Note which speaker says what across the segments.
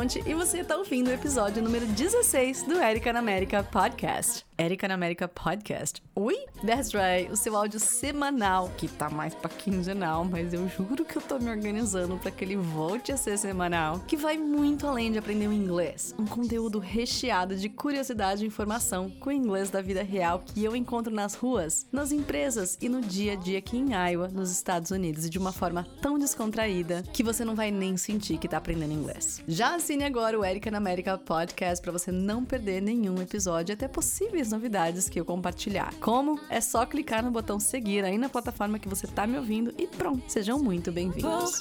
Speaker 1: Fonte e você tá ouvindo o episódio número 16 do Erica na América Podcast. Erica na América Podcast. Oi? That's right, o seu áudio semanal, que tá mais pra quinzenal, mas eu juro que eu tô me organizando pra que ele volte a ser semanal, que vai muito além de aprender o inglês. Um conteúdo recheado de curiosidade e informação com o inglês da vida real que eu encontro nas ruas, nas empresas e no dia a dia aqui em Iowa, nos Estados Unidos, e de uma forma tão descontraída que você não vai nem sentir que tá aprendendo inglês. Já assine agora o Erica na América Podcast pra você não perder nenhum episódio, até possíveis novidades que eu compartilhar. Como? É só clicar no botão seguir aí na plataforma que você tá me ouvindo e pronto, sejam muito bem-vindos.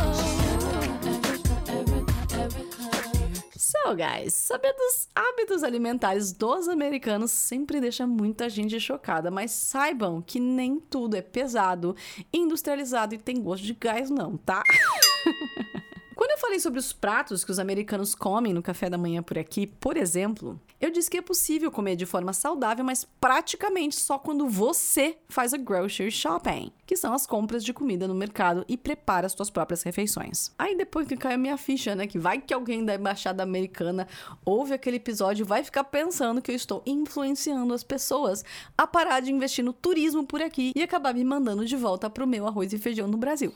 Speaker 1: So, guys, saber dos hábitos alimentares dos americanos sempre deixa muita gente chocada, mas saibam que nem tudo é pesado, industrializado e tem gosto de gás não, tá? Quando eu falei sobre os pratos que os americanos comem no café da manhã por aqui, por exemplo, eu disse que é possível comer de forma saudável, mas praticamente só quando você faz a grocery shopping, que são as compras de comida no mercado e prepara as suas próprias refeições. Aí depois que cai a minha ficha, né, que vai que alguém da embaixada americana ouve aquele episódio e vai ficar pensando que eu estou influenciando as pessoas a parar de investir no turismo por aqui e acabar me mandando de volta pro meu arroz e feijão no Brasil.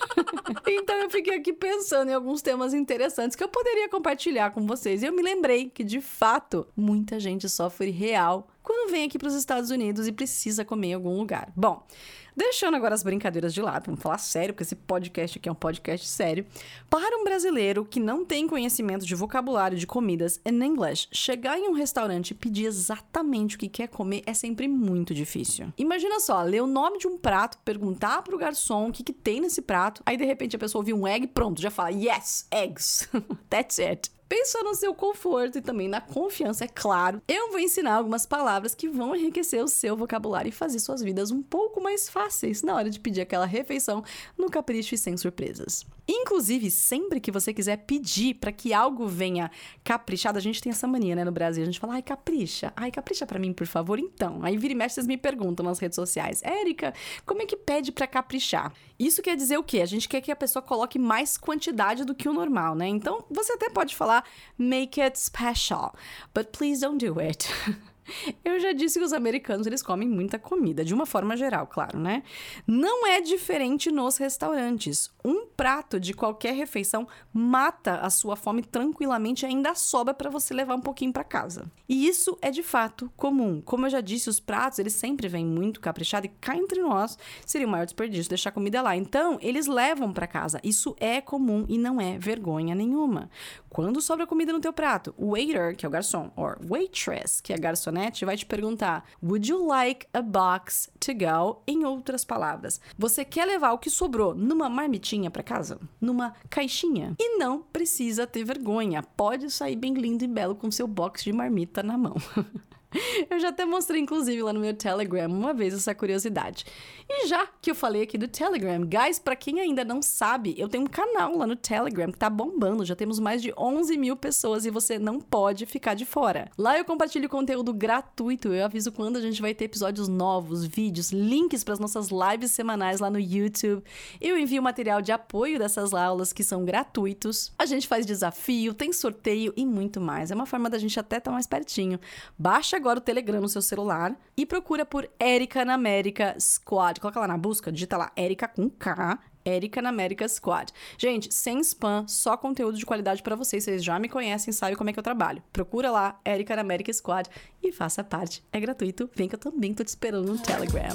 Speaker 1: Então eu fiquei aqui pensando em alguns temas interessantes que eu poderia compartilhar com vocês. E eu me lembrei que, de fato, muita gente sofre real quando vem aqui para os Estados Unidos e precisa comer em algum lugar. Bom, deixando agora as brincadeiras de lado, vamos falar sério, porque esse podcast aqui é um podcast sério. Para um brasileiro que não tem conhecimento de vocabulário de comidas in English, chegar em um restaurante e pedir exatamente o que quer comer é sempre muito difícil. Imagina só, ler o nome de um prato, perguntar pro garçom o que tem nesse prato, aí de repente a pessoa ouvir um egg, pronto, já fala, yes, eggs, that's it. Pensa no seu conforto e também na confiança, é claro. Eu vou ensinar algumas palavras que vão enriquecer o seu vocabulário e fazer suas vidas um pouco mais fáceis na hora de pedir aquela refeição no capricho e sem surpresas. Inclusive, sempre que você quiser pedir para que algo venha caprichado, a gente tem essa mania, né, no Brasil, a gente fala, ai, capricha pra mim, por favor, então. Aí vira e mexe, vocês me perguntam nas redes sociais, Érica, como é que pede para caprichar? Isso quer dizer o quê? A gente quer que a pessoa coloque mais quantidade do que o normal, né? Então, você até pode falar, make it special, but please don't do it. Eu já disse que os americanos, eles comem muita comida, de uma forma geral, claro, né? Não é diferente nos restaurantes. Um prato de qualquer refeição mata a sua fome tranquilamente e ainda sobra para você levar um pouquinho para casa. E isso é de fato comum. Como eu já disse, os pratos, eles sempre vêm muito caprichados e cá entre nós seria o maior desperdício deixar comida lá. Então, eles levam para casa. Isso é comum e não é vergonha nenhuma. Quando sobra comida no teu prato, o waiter, que é o garçom, or waitress, que é a garçonete, vai te perguntar, would you like a box to go? Em outras palavras, você quer levar o que sobrou numa marmitinha para casa? Numa caixinha? E não precisa ter vergonha, pode sair bem lindo e belo com seu box de marmita na mão. Eu já até mostrei, inclusive, lá no meu Telegram uma vez essa curiosidade. E já que eu falei aqui do Telegram, guys, pra quem ainda não sabe, eu tenho um canal lá no Telegram que tá bombando, já temos mais de 11 mil pessoas e você não pode ficar de fora. Lá eu compartilho conteúdo gratuito, eu aviso quando a gente vai ter episódios novos, vídeos, links para as nossas lives semanais lá no YouTube. Eu envio material de apoio dessas aulas que são gratuitos. A gente faz desafio, tem sorteio e muito mais. É uma forma da gente até estar mais pertinho. Baixa agora o Telegram no seu celular e procura por Erica na América Squad. Coloca lá na busca, digita lá Erica com K, Erica na América Squad. Gente, sem spam, só conteúdo de qualidade pra vocês. Vocês já me conhecem, sabem como é que eu trabalho. Procura lá, Erica na América Squad e faça parte. É gratuito. Vem que eu também tô te esperando no Telegram.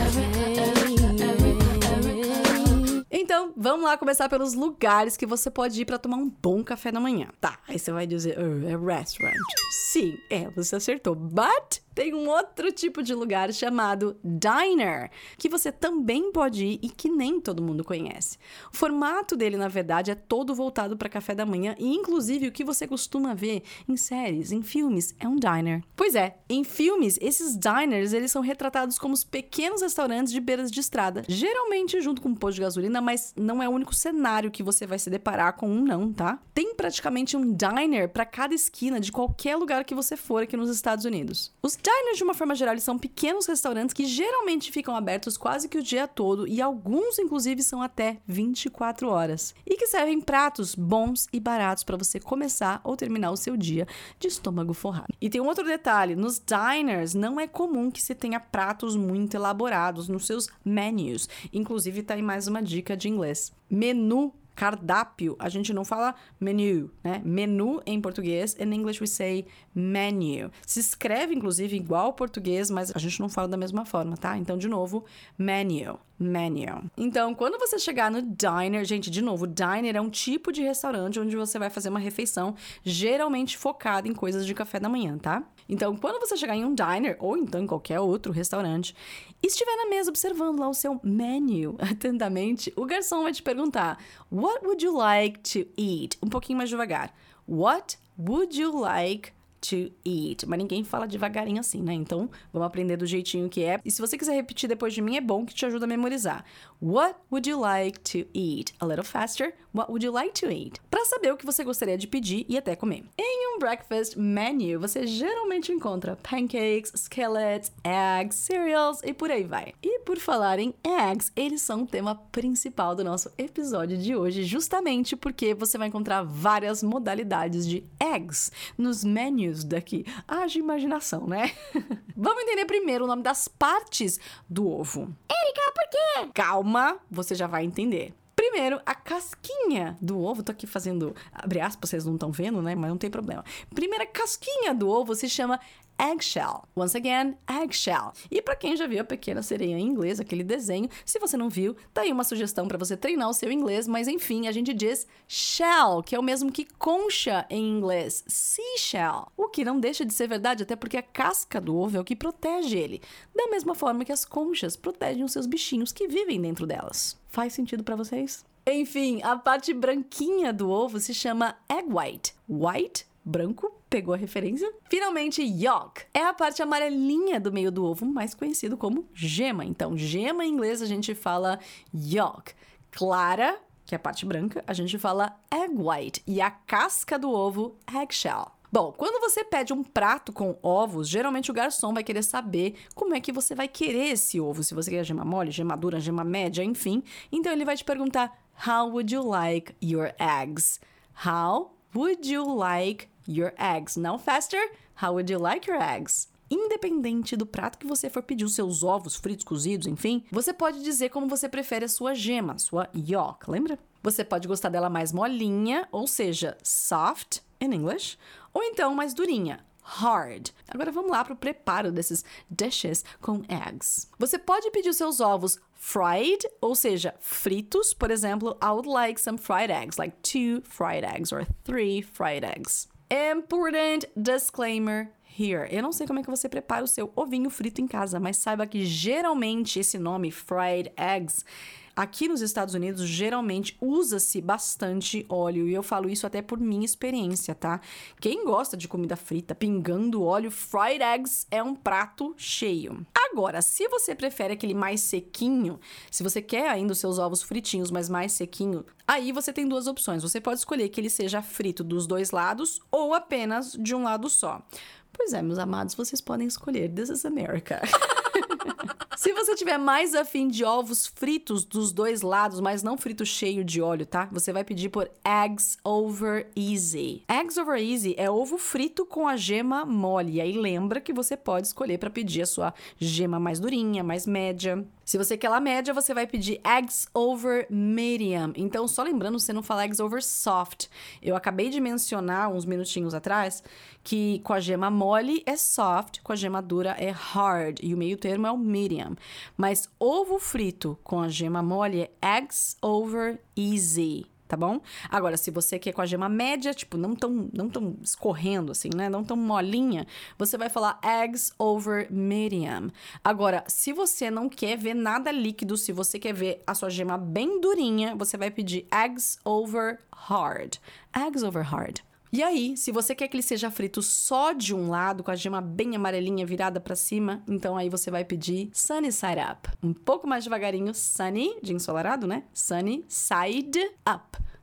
Speaker 1: Então, vamos lá começar pelos lugares que você pode ir pra tomar um bom café da manhã. Tá, aí você vai dizer, é restaurant. Sim, você acertou. But tem um outro tipo de lugar chamado diner, que você também pode ir e que nem todo mundo conhece. O formato dele, na verdade, é todo voltado para café da manhã e, inclusive, o que você costuma ver em séries, em filmes, é um diner. Pois é, em filmes, esses diners, eles são retratados como os pequenos restaurantes de beiras de estrada, geralmente junto com um posto de gasolina, mas não é o único cenário que você vai se deparar com um não, tá? Tem praticamente um diner para cada esquina de qualquer lugar que você for aqui nos Estados Unidos. Os diners, de uma forma geral, eles são pequenos restaurantes que geralmente ficam abertos quase que o dia todo e alguns, inclusive, são até 24 horas. E que servem pratos bons e baratos para você começar ou terminar o seu dia de estômago forrado. E tem um outro detalhe, nos diners não é comum que se tenha pratos muito elaborados nos seus menus. Inclusive, tá aí mais uma dica de inglês. Menu, cardápio, a gente não fala menu, né? Menu em português, in English we say menu. Se escreve, inclusive, igual ao português, mas a gente não fala da mesma forma, tá? Então, de novo, menu. Então, quando você chegar no diner, gente, de novo, diner é um tipo de restaurante onde você vai fazer uma refeição geralmente focada em coisas de café da manhã, tá? Então, quando você chegar em um diner, ou então em qualquer outro restaurante, e estiver na mesa observando lá o seu menu atentamente, o garçom vai te perguntar: What would you like to eat? Um pouquinho mais devagar. What would you like to eat? Mas ninguém fala devagarinho assim, né? Então, vamos aprender do jeitinho que é. E se você quiser repetir depois de mim, é bom que te ajuda a memorizar. What would you like to eat? A little faster. What would you like to eat? Para saber o que você gostaria de pedir e até comer. Em um breakfast menu, você geralmente encontra pancakes, skillets, eggs, cereals e por aí vai. E por falar em eggs, eles são o tema principal do nosso episódio de hoje, justamente porque você vai encontrar várias modalidades de eggs nos menus daqui. Haja imaginação, né? Vamos entender primeiro o nome das partes do ovo. Erika, por quê? Calma, você já vai entender. Primeiro, a casquinha do ovo. Tô aqui fazendo, abre aspas, vocês não estão vendo, né? Mas não tem problema. Primeira casquinha do ovo se chama eggshell. Once again, eggshell. E para quem já viu a Pequena Sereia em inglês, aquele desenho, se você não viu, tá aí uma sugestão para você treinar o seu inglês, mas enfim, a gente diz shell, que é o mesmo que concha em inglês, seashell. O que não deixa de ser verdade, até porque a casca do ovo é o que protege ele, da mesma forma que as conchas protegem os seus bichinhos que vivem dentro delas. Faz sentido para vocês? Enfim, a parte branquinha do ovo se chama egg white. White, branco, pegou a referência? Finalmente, yolk é a parte amarelinha do meio do ovo, mais conhecido como gema. Então, gema em inglês a gente fala yolk. Clara, que é a parte branca, a gente fala egg white. E a casca do ovo, eggshell. Bom, quando você pede um prato com ovos, geralmente o garçom vai querer saber como é que você vai querer esse ovo. Se você quer gema mole, gema dura, gema média, enfim. Então, ele vai te perguntar, How would you like your eggs? How would you like your eggs? Now faster. How would you like your eggs? Independente do prato que você for pedir, os seus ovos fritos, cozidos, enfim, você pode dizer como você prefere a sua gema, sua yolk, lembra? Você pode gostar dela mais molinha, ou seja, soft in English, ou então mais durinha, hard. Agora vamos lá para o preparo desses dishes com eggs. Você pode pedir os seus ovos fried, ou seja, fritos. Por exemplo, I would like some fried eggs, like 2 fried eggs or 3 fried eggs. Important disclaimer here. Eu não sei como é que você prepara o seu ovinho frito em casa, mas saiba que geralmente esse nome, fried eggs, aqui nos Estados Unidos, geralmente usa-se bastante óleo, e eu falo isso até por minha experiência, tá? Quem gosta de comida frita, pingando óleo, fried eggs é um prato cheio. Agora, se você prefere aquele mais sequinho, se você quer ainda os seus ovos fritinhos, mas mais sequinho, aí você tem duas opções. Você pode escolher que ele seja frito dos dois lados ou apenas de um lado só. Pois é, meus amados, vocês podem escolher. This is America. Se você tiver mais afim de ovos fritos dos dois lados, mas não frito cheio de óleo, tá? Você vai pedir por eggs over easy. Eggs over easy é ovo frito com a gema mole. E aí lembra que você pode escolher para pedir a sua gema mais durinha, mais média. Se você quer lá média, você vai pedir eggs over medium. Então, só lembrando, você não fala eggs over soft. Eu acabei de mencionar uns minutinhos atrás que com a gema mole é soft, com a gema dura é hard. E o meio termo é o medium. Mas ovo frito com a gema mole é eggs over easy. Tá bom? Agora, se você quer com a gema média, tipo, não tão escorrendo assim, né? Não tão molinha, você vai falar eggs over medium. Agora, se você não quer ver nada líquido, se você quer ver a sua gema bem durinha, você vai pedir eggs over hard. Eggs over hard. E aí, se você quer que ele seja frito só de um lado, com a gema bem amarelinha virada pra cima, então aí você vai pedir sunny side up. Um pouco mais devagarinho, sunny, de ensolarado, né? Sunny side up.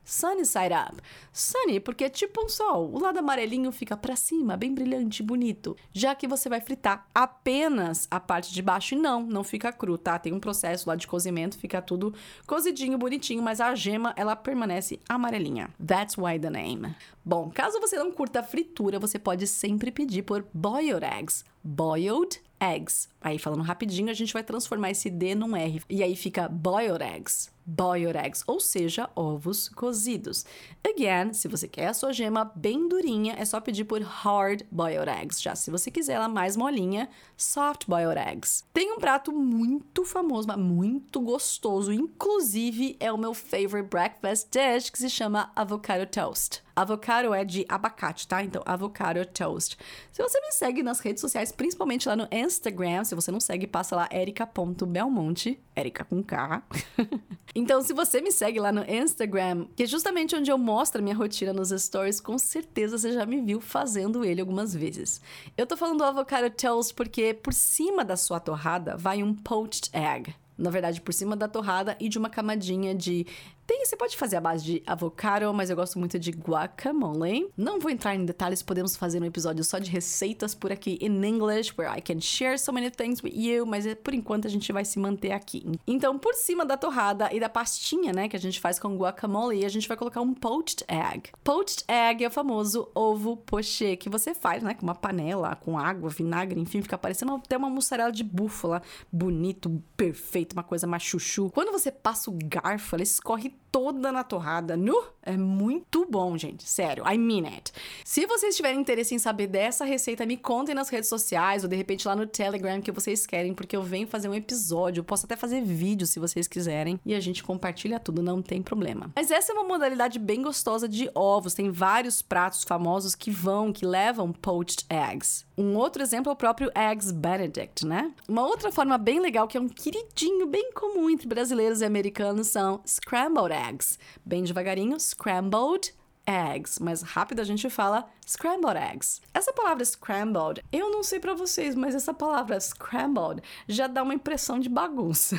Speaker 1: sunny side up. Sunny porque é tipo um sol, o lado amarelinho fica pra cima, bem brilhante e bonito. Já que você vai fritar apenas a parte de baixo e não fica cru, tá? Tem um processo lá de cozimento, fica tudo cozidinho, bonitinho, mas a gema, ela permanece amarelinha. That's why the name. Bom, caso você não curta a fritura, você pode sempre pedir por boiled eggs. Boiled eggs. Aí, falando rapidinho, a gente vai transformar esse D num R. E aí fica boiled eggs. Boiled eggs, ou seja, ovos cozidos. Again, se você quer a sua gema bem durinha, é só pedir por hard boiled eggs. Já se você quiser ela mais molinha, soft boiled eggs. Tem um prato muito famoso, mas muito gostoso. Inclusive, é o meu favorite breakfast dish, que se chama avocado toast. Avocado é de abacate, tá? Então, avocado toast. Se você me segue nas redes sociais, principalmente lá no Instagram, se você não segue, passa lá erica.belmonte, Erica com K. Então, se você me segue lá no Instagram, que é justamente onde eu mostro a minha rotina nos stories, com certeza você já me viu fazendo ele algumas vezes. Eu tô falando do avocado toast porque por cima da sua torrada vai um poached egg. Na verdade, por cima da torrada e de uma camadinha de... Você pode fazer a base de avocado, mas eu gosto muito de guacamole. Não vou entrar em detalhes, podemos fazer um episódio só de receitas por aqui in English, where I can share so many things with you, mas por enquanto a gente vai se manter aqui. Então, por cima da torrada e da pastinha, né, que a gente faz com guacamole, a gente vai colocar um poached egg. Poached egg é o famoso ovo poché, que você faz, né, com uma panela, com água, vinagre, enfim, fica parecendo até uma mussarela de búfala, bonito, perfeito, uma coisa mais chuchu. Quando você passa o garfo, ela escorre toda na torrada. É muito bom, gente. Sério, I mean it. Se vocês tiverem interesse em saber dessa receita, me contem nas redes sociais ou de repente lá no Telegram que vocês querem, porque eu venho fazer um episódio. Eu posso até fazer vídeo se vocês quiserem e a gente compartilha tudo, não tem problema. Mas essa é uma modalidade bem gostosa de ovos. Tem vários pratos famosos que levam poached eggs. Um outro exemplo é o próprio Eggs Benedict, né? Uma outra forma bem legal, que é um queridinho bem comum entre brasileiros e americanos, são scrambled eggs. Bem devagarinho, scrambled eggs. Mais rápido a gente fala scrambled eggs. Essa palavra scrambled, eu não sei pra vocês, mas essa palavra scrambled já dá uma impressão de bagunça.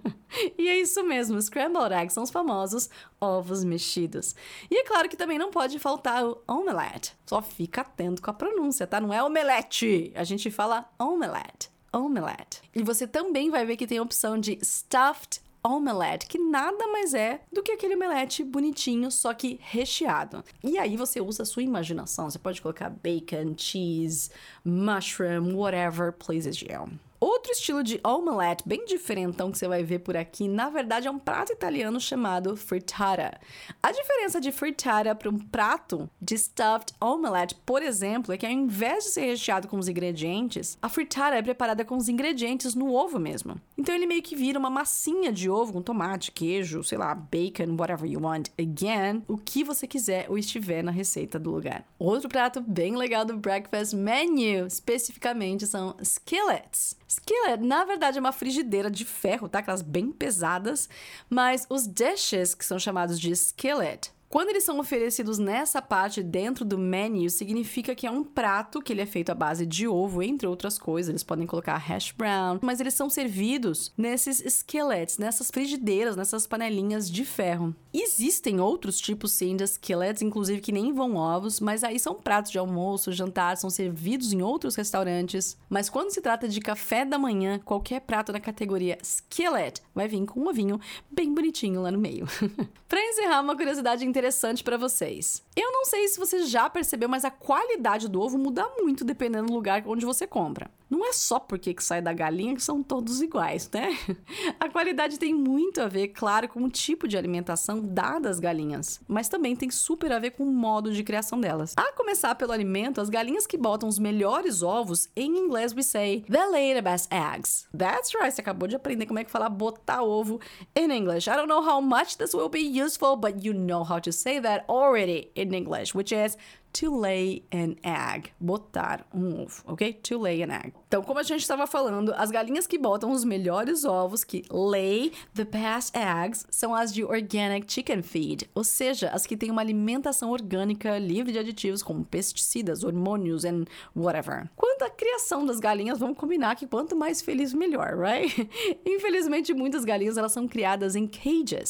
Speaker 1: E é isso mesmo, scrambled eggs são os famosos ovos mexidos. E é claro que também não pode faltar o omelette. Só fica atento com a pronúncia, tá? Não é omelete, a gente fala omelette. Omelette. E você também vai ver que tem a opção de stuffed omelette, que nada mais é do que aquele omelete bonitinho, só que recheado. E aí você usa a sua imaginação. Você pode colocar bacon, cheese, mushroom, whatever pleases you. Outro estilo de omelette bem diferentão que você vai ver por aqui, na verdade é um prato italiano chamado frittata. A diferença de frittata para um prato de stuffed omelette, por exemplo, é que ao invés de ser recheado com os ingredientes, a frittata é preparada com os ingredientes no ovo mesmo. Então ele meio que vira uma massinha de ovo com tomate, queijo, sei lá, bacon, whatever you want. Again, o que você quiser ou estiver na receita do lugar. Outro prato bem legal do breakfast menu, especificamente, são skillets. Skillet, na verdade, é uma frigideira de ferro, tá? Aquelas bem pesadas. Mas os dishes, que são chamados de skillet, quando eles são oferecidos nessa parte dentro do menu, significa que é um prato que ele é feito à base de ovo, entre outras coisas. Eles podem colocar hash brown, mas eles são servidos nesses skillets, nessas frigideiras, nessas panelinhas de ferro. Existem outros tipos, sim, de skillets, inclusive que nem vão ovos, mas aí são pratos de almoço, jantar, são servidos em outros restaurantes. Mas quando se trata de café da manhã, qualquer prato da categoria skillet vai vir com um ovinho bem bonitinho lá no meio. Pra encerrar, uma curiosidade interessante pra vocês. Eu não sei se você já percebeu, mas a qualidade do ovo muda muito dependendo do lugar onde você compra. Não é só porque que sai da galinha que são todos iguais, né? A qualidade tem muito a ver, claro, com o tipo de alimentação dada às galinhas, mas também tem super a ver com o modo de criação delas. A começar pelo alimento, as galinhas que botam os melhores ovos, em inglês we say, they lay the best eggs. That's right, você acabou de aprender como é que fala botar ovo in English. I don't know how much this will be useful, but you know how to say that already in English, which is to lay an egg. Botar um ovo, ok? To lay an egg. Então, como a gente estava falando, as galinhas que botam os melhores ovos, que lay the best eggs, são as de organic chicken feed, ou seja, as que têm uma alimentação orgânica livre de aditivos como pesticidas, hormônios and whatever. Quanto à criação das galinhas, vamos combinar que quanto mais feliz, melhor, right? Infelizmente, muitas galinhas elas são criadas em cages.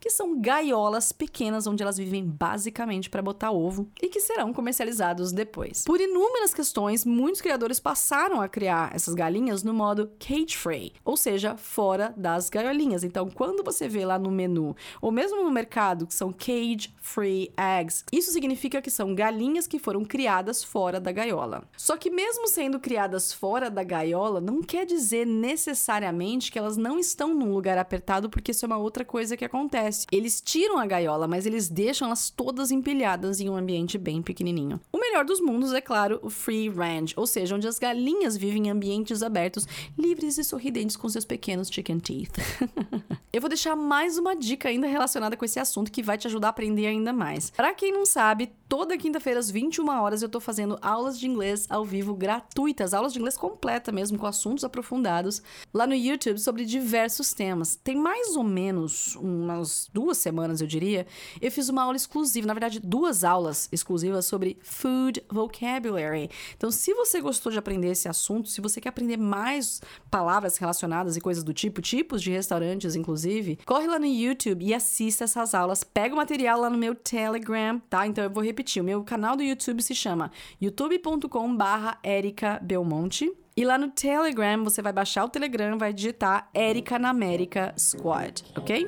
Speaker 1: que são gaiolas pequenas onde elas vivem basicamente para botar ovo e que serão comercializados depois. Por inúmeras questões, muitos criadores passaram a criar essas galinhas no modo cage-free, ou seja, fora das gaiolinhas. Então, quando você vê lá no menu, ou mesmo no mercado, que são cage-free eggs, isso significa que são galinhas que foram criadas fora da gaiola. Só que mesmo sendo criadas fora da gaiola, não quer dizer necessariamente que elas não estão num lugar apertado, porque isso é uma outra coisa que acontece. Eles tiram a gaiola, mas eles deixam elas todas empilhadas em um ambiente bem pequenininho. O melhor dos mundos é, claro, o free range, ou seja, onde as galinhas vivem em ambientes abertos, livres e sorridentes com seus pequenos chicken teeth. Eu vou deixar mais uma dica ainda relacionada com esse assunto que vai te ajudar a aprender ainda mais. Pra quem não sabe, toda quinta-feira às 21 horas eu tô fazendo aulas de inglês ao vivo gratuitas, aulas de inglês completa mesmo, com assuntos aprofundados, lá no YouTube sobre diversos temas. Tem mais ou menos umas 2 semanas, eu diria, eu fiz uma aula exclusiva, na verdade 2 aulas exclusivas sobre food vocabulary. Então, se você gostou de aprender esse assunto, se você quer aprender mais palavras relacionadas e coisas do tipo, tipos de restaurantes, inclusive, corre lá no YouTube e assista essas aulas. Pega o material lá no meu Telegram, tá? Então, eu vou repetir. O meu canal do YouTube se chama youtube.com/Erica Belmonte. E lá no Telegram, você vai baixar o Telegram, vai digitar Erica na América Squad, ok?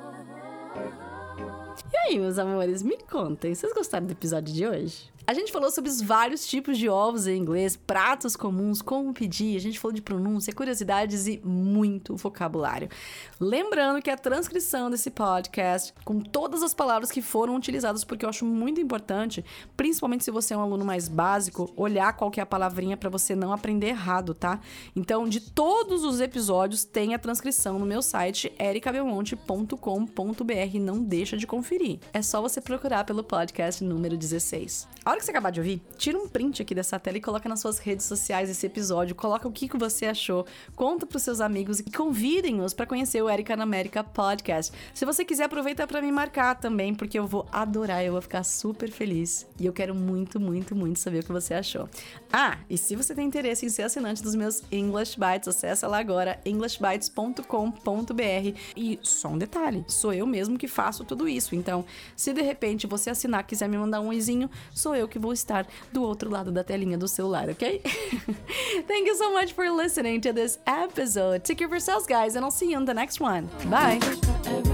Speaker 1: E aí, meus amores, me contem, vocês gostaram do episódio de hoje? A gente falou sobre os vários tipos de ovos em inglês, pratos comuns, como pedir, a gente falou de pronúncia, curiosidades e muito vocabulário. Lembrando que a transcrição desse podcast, com todas as palavras que foram utilizadas, porque eu acho muito importante, principalmente se você é um aluno mais básico, olhar qual que é a palavrinha para você não aprender errado, tá? Então, de todos os episódios, tem a transcrição no meu site, ericabelmonte.com.br, não deixa de conferir. É só você procurar pelo podcast número 16. A hora que você acabar de ouvir, tira um print aqui dessa tela e coloca nas suas redes sociais esse episódio, coloca o que você achou, conta pros seus amigos e convidem-os para conhecer o Erica na América Podcast. Se você quiser, aproveita para me marcar também, porque eu vou adorar, eu vou ficar super feliz e eu quero muito, muito, muito saber o que você achou. Ah, e se você tem interesse em ser assinante dos meus English Bites, acessa lá agora, englishbites.com.br. E só um detalhe, sou eu mesmo que faço tudo isso, então se de repente você assinar, quiser me mandar um oizinho, sou eu que vou estar do outro lado da telinha do celular, ok? Thank you so much for listening to this episode. Take care of yourselves, guys, and I'll see you on the next one. Bye!